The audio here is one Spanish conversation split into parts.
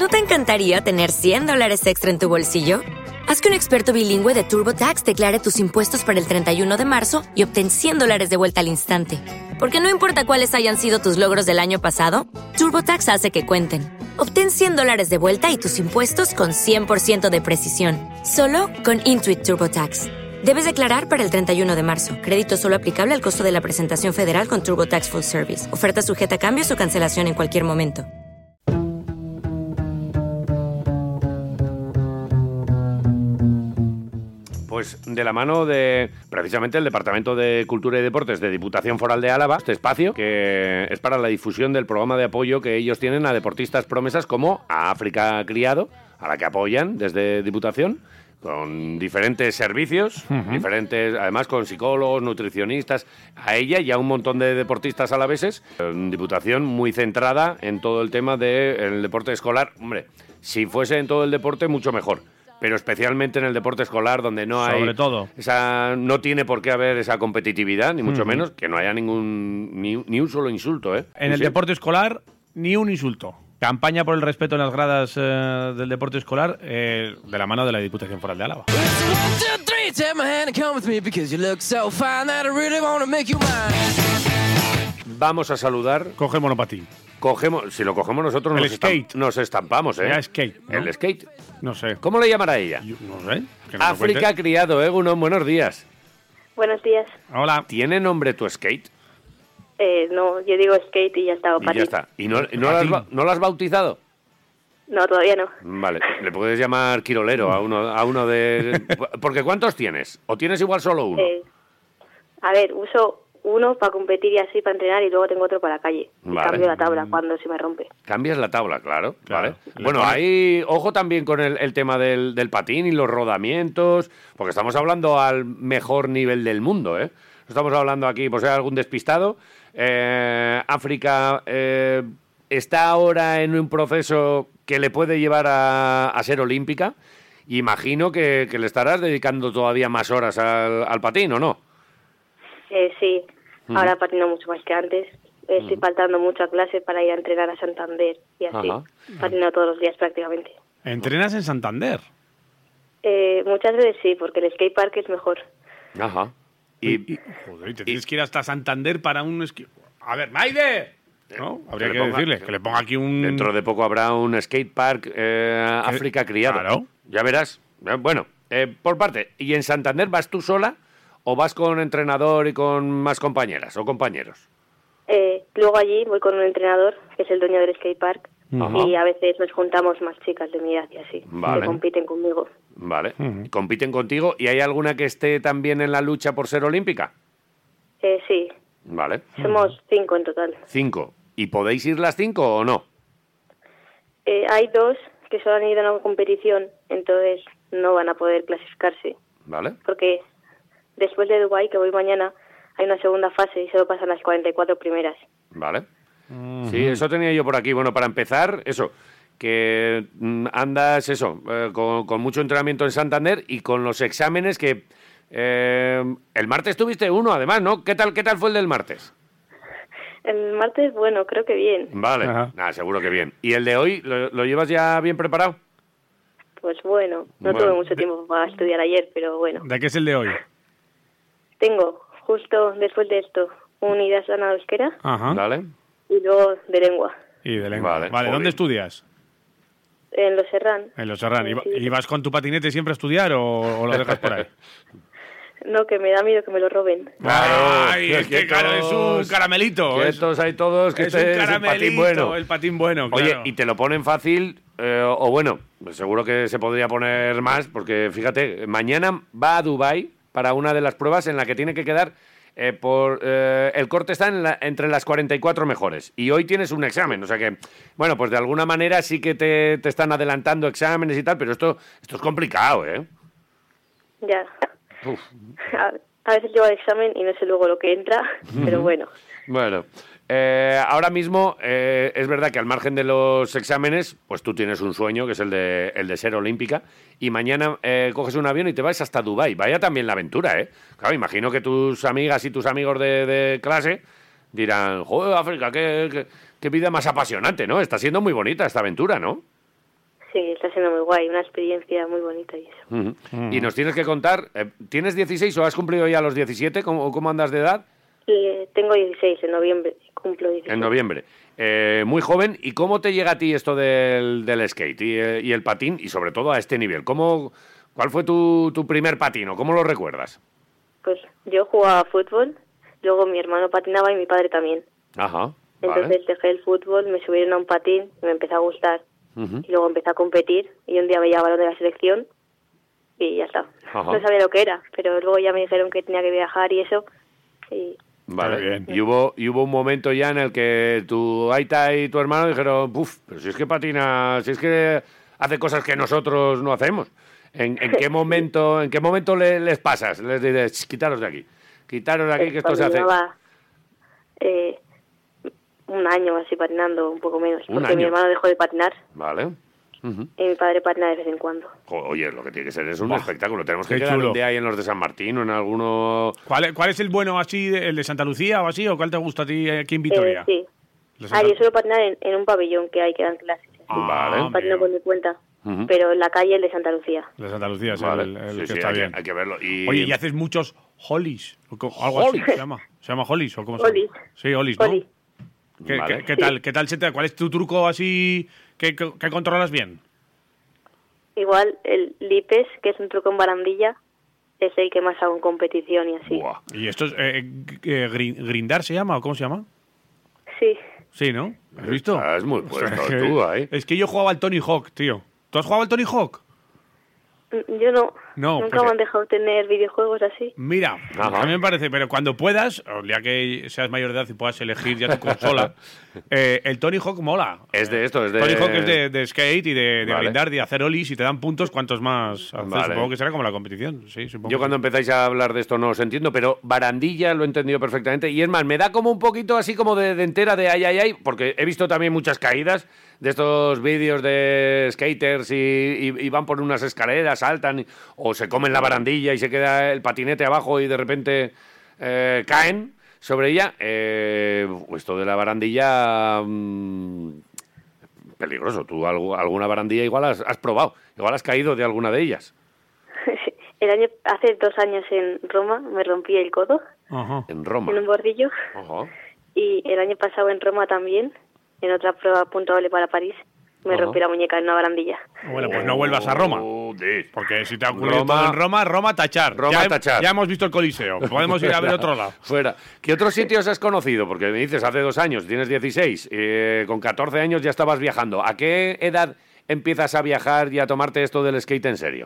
¿No te encantaría tener $100 extra en tu bolsillo? Haz que un experto bilingüe de TurboTax declare tus impuestos para el 31 de marzo y obtén $100 de vuelta al instante. Porque no importa cuáles hayan sido tus logros del año pasado, TurboTax hace que cuenten. Obtén $100 de vuelta y tus impuestos con 100% de precisión. Solo con Intuit TurboTax. Debes declarar para el 31 de marzo. Crédito solo aplicable al costo de la presentación federal con TurboTax Full Service. Oferta sujeta a cambios o cancelación en cualquier momento. Pues de la mano de precisamente el Departamento de Cultura y Deportes de Diputación Foral de Álava, este espacio que es para la difusión del programa de apoyo que ellos tienen a deportistas promesas como a África Criado, a la que apoyan desde Diputación, con diferentes servicios, diferentes, además con psicólogos, nutricionistas, a ella y a un montón de deportistas alaveses. Diputación muy centrada en todo el tema del deporte escolar. Hombre, si fuese en todo el deporte, mucho mejor. Pero especialmente en el deporte escolar, donde no hay... Sobre todo. No tiene por qué haber esa competitividad, ni mucho menos, que no haya ni un solo insulto, ¿eh? En el deporte escolar, ni un insulto. Campaña por el respeto en las gradas del deporte escolar, de la mano de la Diputación Foral de Álava. Vamos a saludar... Coge el monopatín. Si lo cogemos nosotros nos estampamos, ¿eh? El skate, ¿no? El skate. No sé. ¿Cómo le llamará ella? No sé. África Criado, Gunon, buenos días. Buenos días. Hola. ¿Tiene nombre tu skate? No, yo digo skate y ya está. Y ya está. ¿Y no lo has bautizado? No, todavía no. Vale, le puedes llamar Quirolero a uno de... Porque ¿cuántos tienes? ¿O tienes igual solo uno? A ver, uso uno para competir y así, para entrenar, y luego tengo otro para la calle. Y cambio la tabla cuando se me rompe. Cambias la tabla, claro. Vale. Bueno, ahí, ojo también con el tema del patín y los rodamientos, porque estamos hablando al mejor nivel del mundo, ¿eh? Estamos hablando aquí, pues hay algún despistado. África está ahora en un proceso que le puede llevar a ser olímpica. Imagino que le estarás dedicando todavía más horas al patín, ¿o no? Sí, ahora patino mucho más que antes. Estoy faltando mucho a clase para ir a entrenar a Santander y así. Patino todos los días prácticamente. ¿Entrenas en Santander? Muchas veces sí, porque el skatepark es mejor. Ajá. Joder, te tienes que ir hasta Santander para un esquí. A ver, Maide, ¿no? Habría que decirle que le ponga aquí un... Dentro de poco habrá un skatepark África Criado. Claro. Ya verás. Bueno, por parte, ¿y en Santander vas tú sola o vas con entrenador y con más compañeras o compañeros? Luego allí voy con un entrenador, que es el dueño del skatepark, y a veces nos juntamos más chicas de mi edad y así, que compiten conmigo. Vale. ¿Compiten contigo? ¿Y hay alguna que esté también en la lucha por ser olímpica? Sí. Vale. Somos 5 en total. 5. ¿Y podéis ir las 5 o no? Hay 2 que solo han ido a una competición, entonces no van a poder clasificarse. Vale. Porque después de Dubái, que voy mañana, hay una segunda fase y solo pasan las 44 primeras. Vale. Sí, eso tenía yo por aquí. Bueno, para empezar, eso, que andas, con mucho entrenamiento en Santander y con los exámenes que... el martes tuviste uno, además, ¿no? ¿Qué tal fue el del martes? El martes, bueno, creo que bien. Vale, seguro que bien. ¿Y el de hoy, lo llevas ya bien preparado? Pues bueno, no tuve mucho tiempo para estudiar ayer, pero bueno. ¿De qué es el de hoy? Tengo, justo después de esto, unidad sana euskera. Ajá. Vale. Y luego de lengua. Y de lengua. Vale, ¿dónde estudias? En Los Serrán. En Los Serrán. ¿Y vas con tu patinete siempre a estudiar o lo dejas por ahí? No, que me da miedo que me lo roben. ¡Ay! Es que claro, es un caramelito. Estos hay todos que es un caramelito, el patín bueno. Claro. Oye, y te lo ponen fácil, o bueno, seguro que se podría poner más, porque fíjate, mañana va a Dubái para una de las pruebas en la que tiene que quedar el corte está entre las 44 mejores. Y hoy tienes un examen, o sea que, bueno, pues de alguna manera sí que te están adelantando exámenes y tal, pero esto es complicado, ¿eh? Ya. A veces llevo el examen y no sé luego lo que entra, pero bueno. Bueno, ahora mismo es verdad que al margen de los exámenes, pues tú tienes un sueño, que es el de ser olímpica, y mañana coges un avión y te vas hasta Dubái. Vaya también la aventura, ¿eh? Claro, imagino que tus amigas y tus amigos de clase dirán, joder, África, qué vida más apasionante, ¿no? Está siendo muy bonita esta aventura, ¿no? Sí, está siendo muy guay, una experiencia muy bonita y eso. Y nos tienes que contar, ¿tienes 16 o has cumplido ya los 17? ¿Cómo andas de edad? Tengo 16, en noviembre cumplo 16. En noviembre. Muy joven. ¿Y cómo te llega a ti esto del skate y el patín? Y sobre todo a este nivel. ¿Cuál fue tu primer patino? ¿Cómo lo recuerdas? Pues yo jugaba fútbol, luego mi hermano patinaba y mi padre también. Ajá. Entonces dejé el fútbol, me subieron a un patín y me empezó a gustar. Y luego empecé a competir y un día me llevaron de la selección y ya está. Ajá. No sabía lo que era, pero luego ya me dijeron que tenía que viajar y eso. Y Vale. Bien. Y hubo un momento ya en el que tu aita y tu hermano dijeron, pero si es que patina, si es que hace cosas que nosotros no hacemos. ¿En qué momento les pasas? Les dices, quitaros de aquí, que esto se hace. Llevaba un año así patinando, un poco menos, ¿Un porque año? mi hermano dejó de patinar Vale. y mi padre patina de vez en cuando. Oye, lo que tiene que ser es un Buah, espectáculo. Tenemos que qué quedar chulo. un día ahí en los de San Martín o en alguno... ¿Cuál es el bueno así, el de Santa Lucía o así? ¿O cuál te gusta a ti aquí en Vitoria? Sí. ¿El de Santa- Yo suelo patinar en un pabellón que hay que dan clases. Vale. Patino amigo. por mi cuenta, pero en la calle el de Santa Lucía. El de Santa Lucía es Vale. el Sí, que sí, está bien. hay que verlo. Oye, ¿y haces muchos hollies? ¿Algo así ¿Hollies? se llama? ¿Se llama hollies o cómo se Hollies. llama? Sí, hollies, ¿no? Hollies. Vale. ¿Qué tal? ¿Qué tal se te da? ¿Cuál es tu truco así que controlas bien? Igual el lipes, que es un truco en barandilla, es el que más hago en competición y así. Buah. ¿Y esto es grindar se llama o cómo se llama? Sí, Sí, ¿no? ¿Has visto? Estás muy puesto O sea, tú ahí. Es que yo jugaba al Tony Hawk, tío. ¿Tú has jugado al Tony Hawk? yo no. No, Nunca pues, me han dejado tener videojuegos así. Mira, Ajá. a mí me parece, pero cuando puedas, o ya que seas mayor de edad y puedas elegir ya tu consola, el Tony Hawk mola. Es de esto, es de... Tony Hawk es de skate y de Vale. grindar, de hacer ollies y te dan puntos cuantos más haces. Vale. Supongo que será como la competición. Sí, supongo Yo que cuando sí. empezáis a hablar de esto no os entiendo, pero barandilla lo he entendido perfectamente. Y es más, me da como un poquito así como de entera de ay, porque he visto también muchas caídas de estos vídeos de skaters y van por unas escaleras, saltan o se comen la barandilla y se queda el patinete abajo y de repente caen sobre ella. Esto de la barandilla... peligroso. Tú alguna barandilla igual has probado, igual has caído de alguna de ellas. Hace 2 años en Roma me rompí el codo Ajá. En Roma. en un bordillo Ojo. y el año pasado en Roma también, en otra prueba puntuable para París, me Ajá. rompí la muñeca en una barandilla. Bueno, pues no vuelvas a Roma. Joder. Porque si te ha ocurrido Roma- todo en Roma, tachar. Roma, ya, tachar. Ya hemos visto el Coliseo. Podemos ir a ver otro lado. Fuera. ¿Qué otros sitios has conocido? Porque me dices, hace 2 años, tienes 16, con 14 años ya estabas viajando. ¿A qué edad empiezas a viajar y a tomarte esto del skate en serio?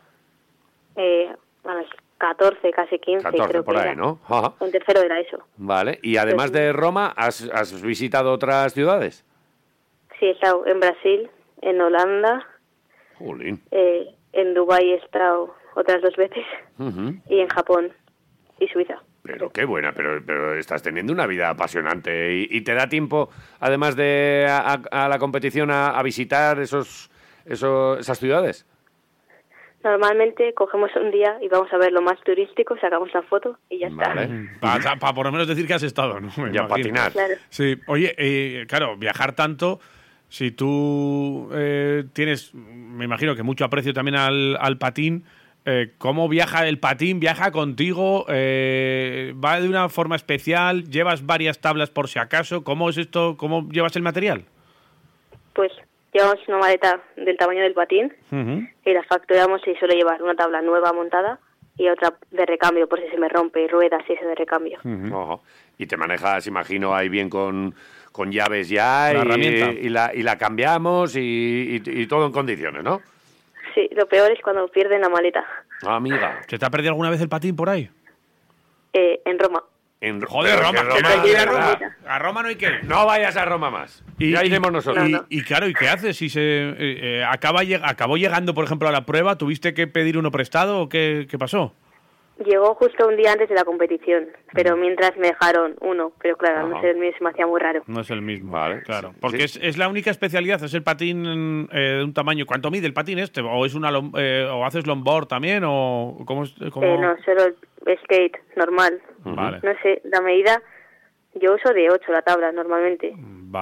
A los 14, casi 15 14, creo por que ahí, era. ¿no? Ajá. En tercero era eso. Vale. Y además de Roma, ¿has visitado otras ciudades? Sí, he estado en Brasil, en Holanda, Jolín. en Dubái he estado otras 2 veces Ujú. y en Japón y Suiza. Pero qué buena, pero estás teniendo una vida apasionante y te da tiempo, además de a la competición, a visitar esas ciudades. Normalmente cogemos un día y vamos a ver lo más turístico, sacamos la foto y ya está. Vale. Para por lo menos decir que has estado, ¿no? Me Y a imagino. patinar. Claro. Sí, oye, claro, viajar tanto, si tú tienes, me imagino que mucho aprecio también al patín, ¿cómo viaja el patín? ¿Viaja contigo? ¿Va de una forma especial? ¿Llevas varias tablas por si acaso? ¿Cómo es esto? ¿Cómo llevas el material? Pues llevamos una maleta del tamaño del patín y la facturamos y suele llevar una tabla nueva montada y otra de recambio por si se me rompe, y ruedas y eso de recambio. Ojo. Y te manejas, imagino, ahí bien con llaves ya La herramienta. y la cambiamos y todo en condiciones, ¿no? Sí, lo peor es cuando pierden la maleta. Amiga. ¿Se te ha perdido alguna vez el patín por ahí? En Roma. Joder, pero Roma, que que no hay que ir a de Roma. verdad. A Roma no hay que ir. No vayas a Roma más. Ya iremos nosotros. Y claro, ¿y qué haces? Si se acabó llegando, por ejemplo, a la prueba, ¿tuviste que pedir uno prestado o qué pasó? Llegó justo un día antes de la competición, pero mientras me dejaron uno, pero claro, Ajá. no sé, el mío se me hacía muy raro. No es el mismo. Vale, Claro. sí, Porque sí. es la única especialidad, es el patín de un tamaño. ¿Cuánto mide el patín este? ¿O es o haces longboard también? ¿O cómo es? Cómo? No, solo el skate, normal. Vale. No sé, la medida, yo uso de 8 la tabla normalmente. Vale.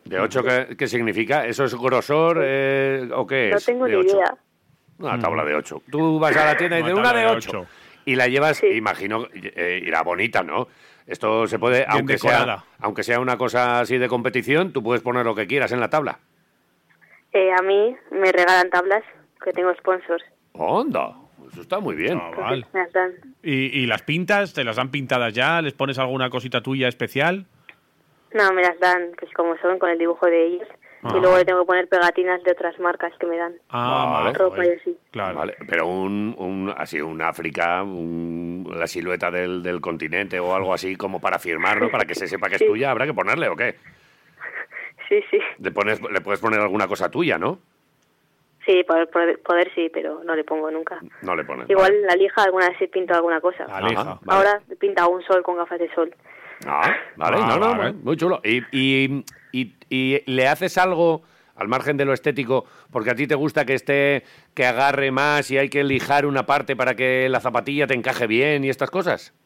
¿De 8 qué significa? ¿Eso es grosor o qué es? No tengo de ni 8. idea. Una tabla de 8. Tú vas a la tienda y dices una de 8. Y la llevas, imagino, irá bonita, ¿no? Esto se puede, aunque sea una cosa así de competición, tú puedes poner lo que quieras en la tabla. A mí me regalan tablas, que tengo sponsors. ¡Onda! Eso está muy bien. Vale. Me las dan. ¿Y las pintas? ¿Te las dan pintadas ya? ¿Les pones alguna cosita tuya especial? No, me las dan pues como son, con el dibujo de ellos. Y luego le tengo que poner pegatinas de otras marcas que me dan. Vale. Ropa y así. Claro. Vale, pero así un África, la silueta del continente o algo así como para firmarlo, para que se sepa que es tuya, ¿habrá que ponerle o qué? Sí. Le puedes poner alguna cosa tuya, ¿no? Sí, poder sí, pero no le pongo nunca. No le pones. Igual la lija alguna vez sí pinto alguna cosa. La lija. Vale. Ahora pinta un sol con gafas de sol. Vale, vale. Muy chulo. ¿Y le haces algo al margen de lo estético porque a ti te gusta que agarre más y hay que lijar una parte para que la zapatilla te encaje bien y estas cosas?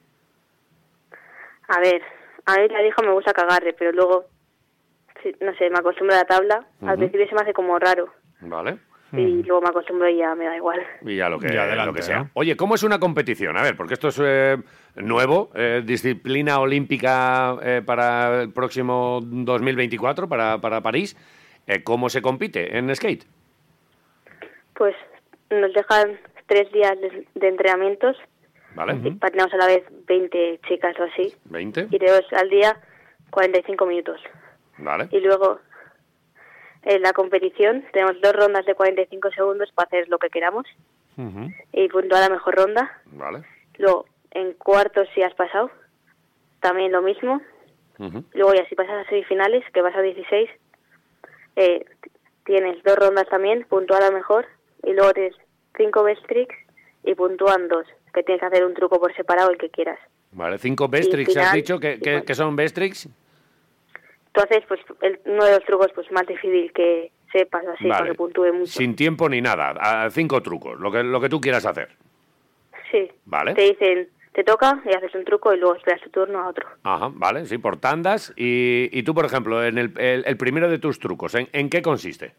A ver, a mí la lija me gusta que agarre, pero luego, no sé, me acostumbro a la tabla. Al principio se me hace como raro. Vale. Y luego me acostumbro y ya me da igual. Y ya lo que adelante, sea. ¿no? Oye, ¿cómo es una competición? A ver, porque esto es nuevo, disciplina olímpica para el próximo 2024, para París. ¿Cómo se compite en skate? Pues nos dejan 3 días de entrenamientos. Vale. Patinamos a la vez 20 chicas o así. 20. Y de al día 45 minutos. Vale. Y luego en la competición tenemos 2 rondas de 45 segundos para hacer lo que queramos. Y puntuar la mejor ronda. Vale. Luego en cuartos, si has pasado, también lo mismo. Luego ya si pasas a semifinales, que vas a 16, tienes 2 rondas también, puntúa la mejor. Y luego tienes 5 best tricks y puntúan 2, que tienes que hacer un truco por separado, el que quieras. Vale, 5 best tricks, final, ¿has dicho? ¿Qué son best tricks? Tú haces pues, uno de los trucos pues más difícil que sepas, así, para que puntúe mucho. Sin tiempo ni nada, 5 trucos, lo que tú quieras hacer. Sí. Vale. Te dicen, te toca y haces un truco y luego esperas tu turno a otro. Ajá, vale, sí, por tandas. Y tú, por ejemplo, en el primero de tus trucos, ¿en qué consiste?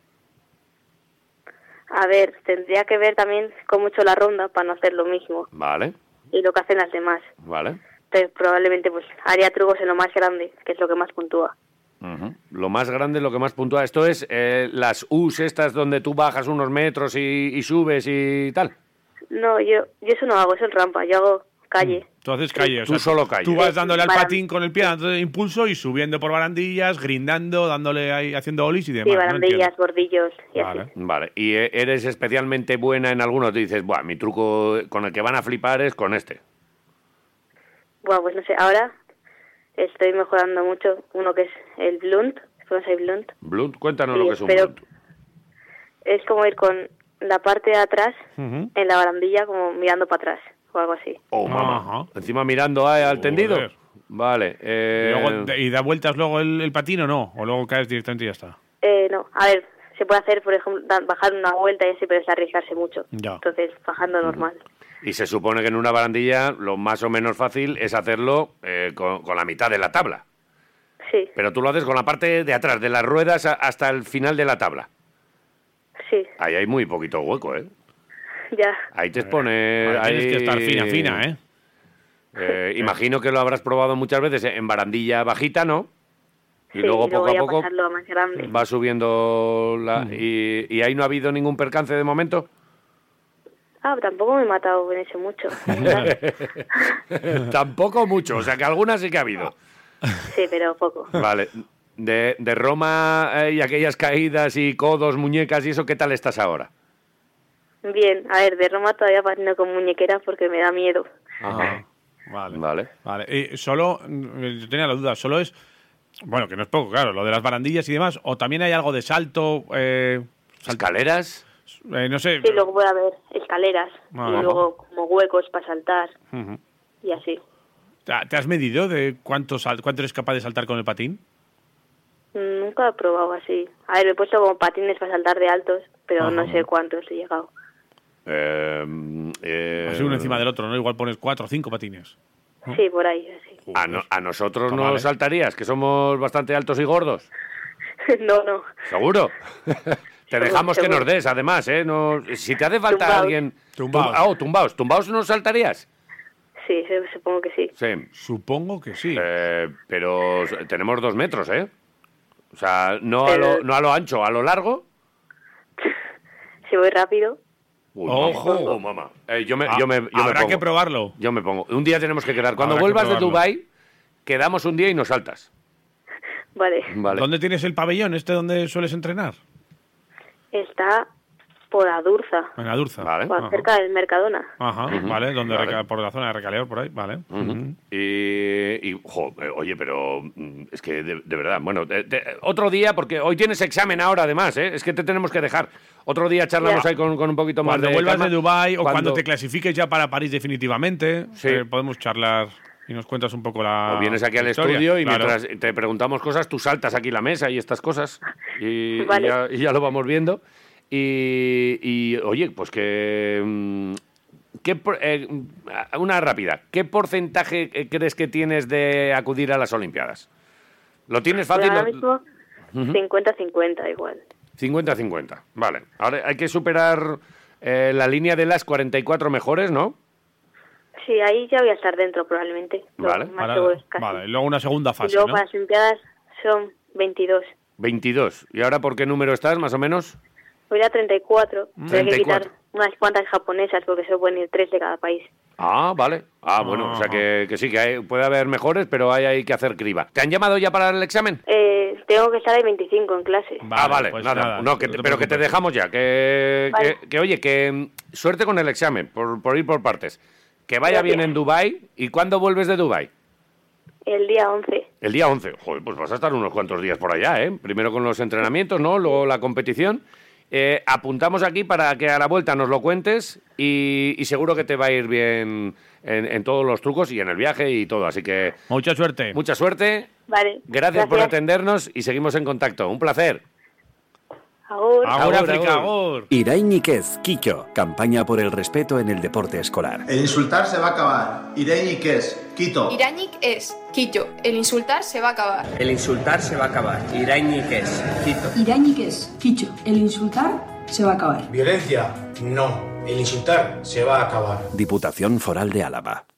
A ver, tendría que ver también cómo he hecho la ronda para no hacer lo mismo. Vale. Y lo que hacen las demás. Vale. Entonces probablemente pues haría trucos en lo más grande, que es lo que más puntúa. Lo más grande, lo que más puntúa. Esto es las U's estas donde tú bajas unos metros y subes y tal. No, yo eso no hago, eso es rampa, yo hago calle. Tú haces calle, Tú solo calle. Tú vas dándole al patín con el pie, dándole impulso y subiendo por barandillas, grindando, dándole ahí, haciendo olis y demás. Sí, barandillas, bordillos y así. Vale, y eres especialmente buena en algunos. Te dices, buah, mi truco con el que van a flipar es con este. Bueno, pues no sé, ahora estoy mejorando mucho uno que es el blunt, frontside blunt. Blunt, cuéntanos Sí, lo que es un pero blunt. Es como ir con la parte de atrás en la barandilla como mirando para atrás o algo así. Oh, mamá. Ajá. Encima mirando al tendido. Joder. Vale. ¿Y da vueltas luego el patín o no? ¿O luego caes directamente y ya está? No, a ver, se puede hacer, por ejemplo, bajar una vuelta y así, pero es arriesgarse mucho. Ya. Entonces, bajando normal. Y se supone que en una barandilla lo más o menos fácil es hacerlo con la mitad de la tabla. Sí, Pero tú lo haces con la parte de atrás, de las ruedas hasta el final de la tabla. sí, Ahí hay muy poquito hueco, ¿eh? ya. Ahí te expone... Ahora tienes que estar fina, ¿eh? Imagino que lo habrás probado muchas veces en barandilla bajita, ¿no? Y Sí, luego y luego poco a ya poco pasarlo a más grande. va subiendo la... ¿Y ahí no ha habido ningún percance de momento? Tampoco me he matado en ese mucho. Tampoco mucho, o sea que algunas sí que ha habido. Sí, pero poco. Vale. De Roma y aquellas caídas y codos, muñecas y eso, ¿qué tal estás ahora? Bien, a ver, de Roma todavía patino con muñequera porque me da miedo. Ajá. Vale. Solo, yo tenía la duda, solo es, bueno, que no es poco, claro, lo de las barandillas y demás, o también hay algo de salto, ¿Escaleras? no sé. Sí, luego puede haber escaleras y luego como huecos para saltar y así. ¿Te has medido de cuánto eres capaz de saltar con el patín? Nunca he probado así. A ver, me he puesto como patines para saltar de altos, pero no sé cuántos he llegado. Así uno encima del otro, ¿no? Igual pones 4 o 5 patines. Sí, por ahí, así. ¿A nosotros Pues no vale. saltarías, que somos bastante altos y gordos? No. ¿Seguro? Te dejamos que nos des, además, ¿eh? No, si te hace falta Tumbaos. alguien... Tumbaos. Tumbaos. ¿Tumbaos nos saltarías? Sí, supongo que sí. Sí. Supongo que sí. Pero tenemos 2 metros, ¿eh? O sea, no Pero- a lo ancho, a lo largo. Si voy rápido. Uy, Ojo. mamá. Ah, Yo me habrá pongo. que probarlo. Yo me pongo. Un día tenemos que quedar. Cuando Habrá que vuelvas de probarlo. Dubái, quedamos un día y nos saltas. Vale. Vale. ¿Dónde tienes el pabellón donde sueles entrenar? Está por Adurza, En Adurza. Vale. por cerca del Mercadona. Ajá, vale, Vale. por la zona de Recaleor, por ahí, vale. Ujú. Oye, pero es que de verdad, bueno, otro día, porque hoy tienes examen ahora además, ¿eh? Es que te tenemos que dejar. Otro día charlamos Ya. ahí con un poquito más Cuando de vuelvas calma. de Dubái o cuando Cuando te clasifiques ya para París definitivamente, Sí. podemos charlar y nos cuentas un poco la O vienes aquí al historia. estudio y Claro. mientras te preguntamos cosas, tú saltas aquí la mesa y estas cosas. Y, Vale. y ya lo vamos viendo. Y, oye, pues que... una rápida. ¿Qué porcentaje crees que tienes de acudir a las Olimpiadas? ¿Lo tienes Pero fácil? ahora mismo 50-50 igual. 50-50. Vale. Ahora hay que superar la línea de las 44 mejores, ¿no? Sí, ahí ya voy a estar dentro probablemente. Lo Vale. más seguro es casi. Vale, y luego una segunda Y fase, luego ¿no? para las Olimpiadas son 22. 22. ¿Y ahora por qué número estás, más o menos? Voy a 34. Pero hay que 34. quitar unas cuantas japonesas porque solo pueden ir 3 de cada país. Ah, vale. Bueno, o sea Ajá. que sí, que puede haber mejores, pero hay que hacer criba. ¿Te han llamado ya para el examen? Tengo que estar el 25 en clase. Vale, pues nada. No, no te pero que te preocupes. dejamos ya. Vale. Oye, suerte con el examen, por ir por partes. Que vaya Gracias. bien en Dubái. ¿Y cuándo vuelves de Dubái? El día 11. El día 11. Joder, pues vas a estar unos cuantos días por allá, ¿eh? Primero con los entrenamientos, ¿no? Luego la competición. Apuntamos aquí para que a la vuelta nos lo cuentes y seguro que te va a ir bien en todos los trucos y en el viaje y todo. Así que Mucha suerte. mucha suerte. Vale. Gracias por atendernos y seguimos en contacto. Un placer. Agur. Agur, Agur, África, agur. agur. Iraiñiquez, Quillo, campaña por el respeto en el deporte escolar. El insultar se va a acabar. Iraiñiquez, Quito. Irainik es Quito. El insultar se va a acabar. El insultar se va a acabar. Iraiñik es Quito. Irainik es Quillo. El insultar se va a acabar. Violencia, no. El insultar se va a acabar. Diputación Foral de Álava.